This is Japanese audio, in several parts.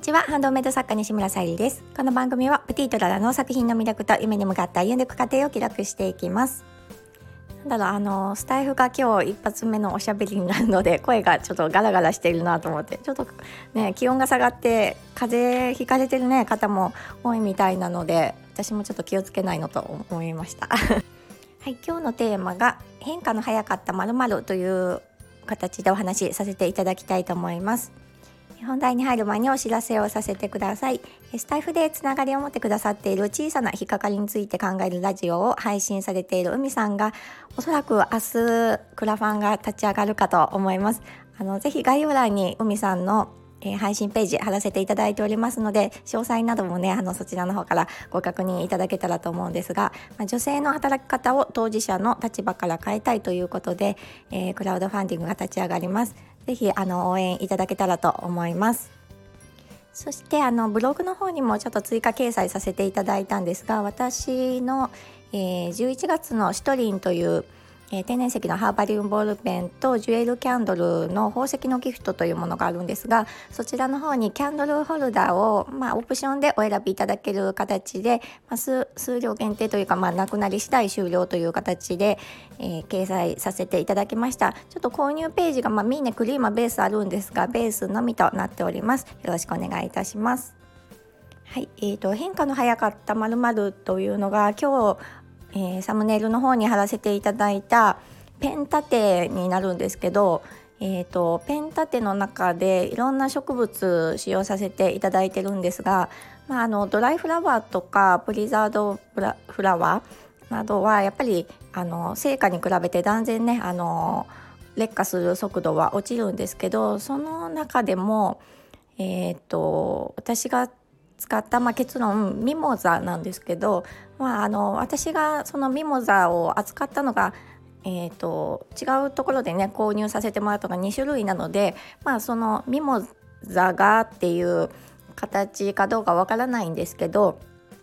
にちは。ハンドメイド作家西村さゆりです。この番組はプティとララの作品の魅力と夢に向かって歩んでいく過程を記録していきます。スタイフが今日一発目のおしゃべりになるので声がちょっとガラガラしているなと思って、ちょっとね気温が下がって風邪ひかれてる方も多いみたいなので、私もちょっと気をつけないのと思いましたはい、今日のテーマが変化の早かった〇〇という形でお話しさせていただきたいと思います。本題に入る前にお知らせをさせてください。スタイフでつながりを持ってくださっている小さな引っかかりについて考えるラジオを配信されている海さんが、おそらく明日クラファンが立ち上がるかと思います。ぜひ概要欄に海さんの配信ページ貼らせていただいておりますので、詳細などもねそちらの方からご確認いただけたらと思うんですが、女性の働き方を当事者の立場から変えたいということで、クラウドファンディングが立ち上がります。ぜひ応援いただけたらと思います。そしてブログの方にもちょっと追加掲載させていただいたんですが、私の、11月のシトリンという天然石のハーバリウムボールペンとジュエルキャンドルの宝石のギフトというものがあるんですが、そちらの方にキャンドルホルダーを、オプションでお選びいただける形で、数量限定というか、なくなり次第終了という形で、掲載させていただきました。ちょっと購入ページが、ミーネクリーマベースあるんですが、ベースのみとなっております。よろしくお願いいたします。はい、変化の早かった〇〇というのが今日サムネイルの方に貼らせていただいたペン立てになるんですけど、ペン立ての中でいろんな植物使用させていただいてるんですが、ドライフラワーとかプリザードフラワーなどはやっぱり生花に比べて断然ね劣化する速度は落ちるんですけど、その中でも私が使った、結論ミモザなんですけど、私がそのミモザを扱ったのが、違うところでね購入させてもらったのが2種類なので、そのミモザがっていう形かどうかわからないんですけど、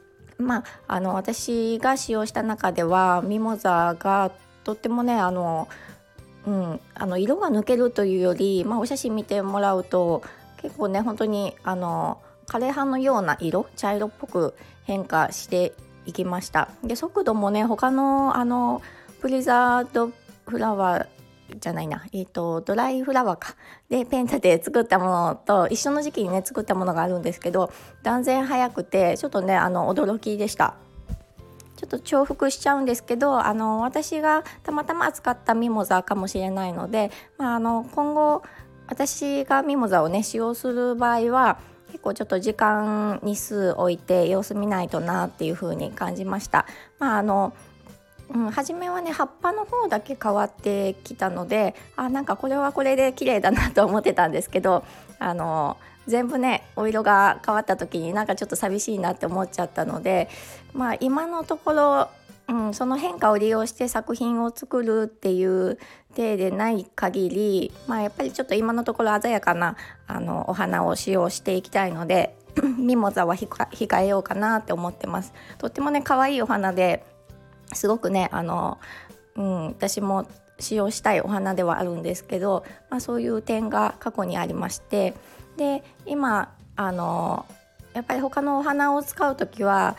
私が使用した中ではミモザがとってもね色が抜けるというより、お写真見てもらうと結構ね本当に枯葉のような色、茶色っぽく変化していきました。で速度もね他のプリザードフラワーじゃないな、ドライフラワーかでペン立て作ったものと一緒の時期にね作ったものがあるんですけど、断然早くてちょっとね驚きでした。ちょっと重複しちゃうんですけど、私がたまたま扱ったミモザかもしれないので、今後私がミモザをね使用する場合は結構ちょっと時間日数置いて様子見ないとなっていう風に感じました。初めはね葉っぱの方だけ変わってきたので、なんかこれはこれで綺麗だなと思ってたんですけど、全部ねお色が変わった時になんかちょっと寂しいなって思っちゃったので、今のところその変化を利用して作品を作るっていう体でない限り、やっぱりちょっと今のところ鮮やかなお花を使用していきたいのでミモザは控えようかなって思ってます。とってもね可愛いお花ですごくね私も使用したいお花ではあるんですけど、そういう点が過去にありまして、で今やっぱり他のお花を使うときは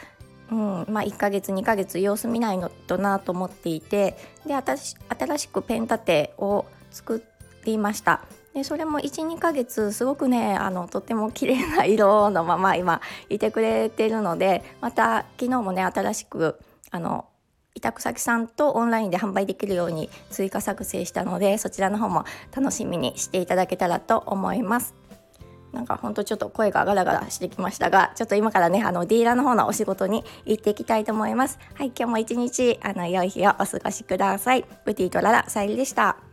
1ヶ月2ヶ月様子見ないのとなと思っていて、で新しくペン立てを作りました。でそれも 1,2 ヶ月すごくねとっても綺麗な色のまま今いてくれてるので、また昨日もね新しく委託先さんとオンラインで販売できるように追加作成したので、そちらの方も楽しみにしていただけたらと思います。なんかほんとちょっと声がガラガラしてきましたが、ちょっと今からねディーラーの方のお仕事に行っていきたいと思います。はい、今日も一日良い日をお過ごしください。プティとララさゆりでした。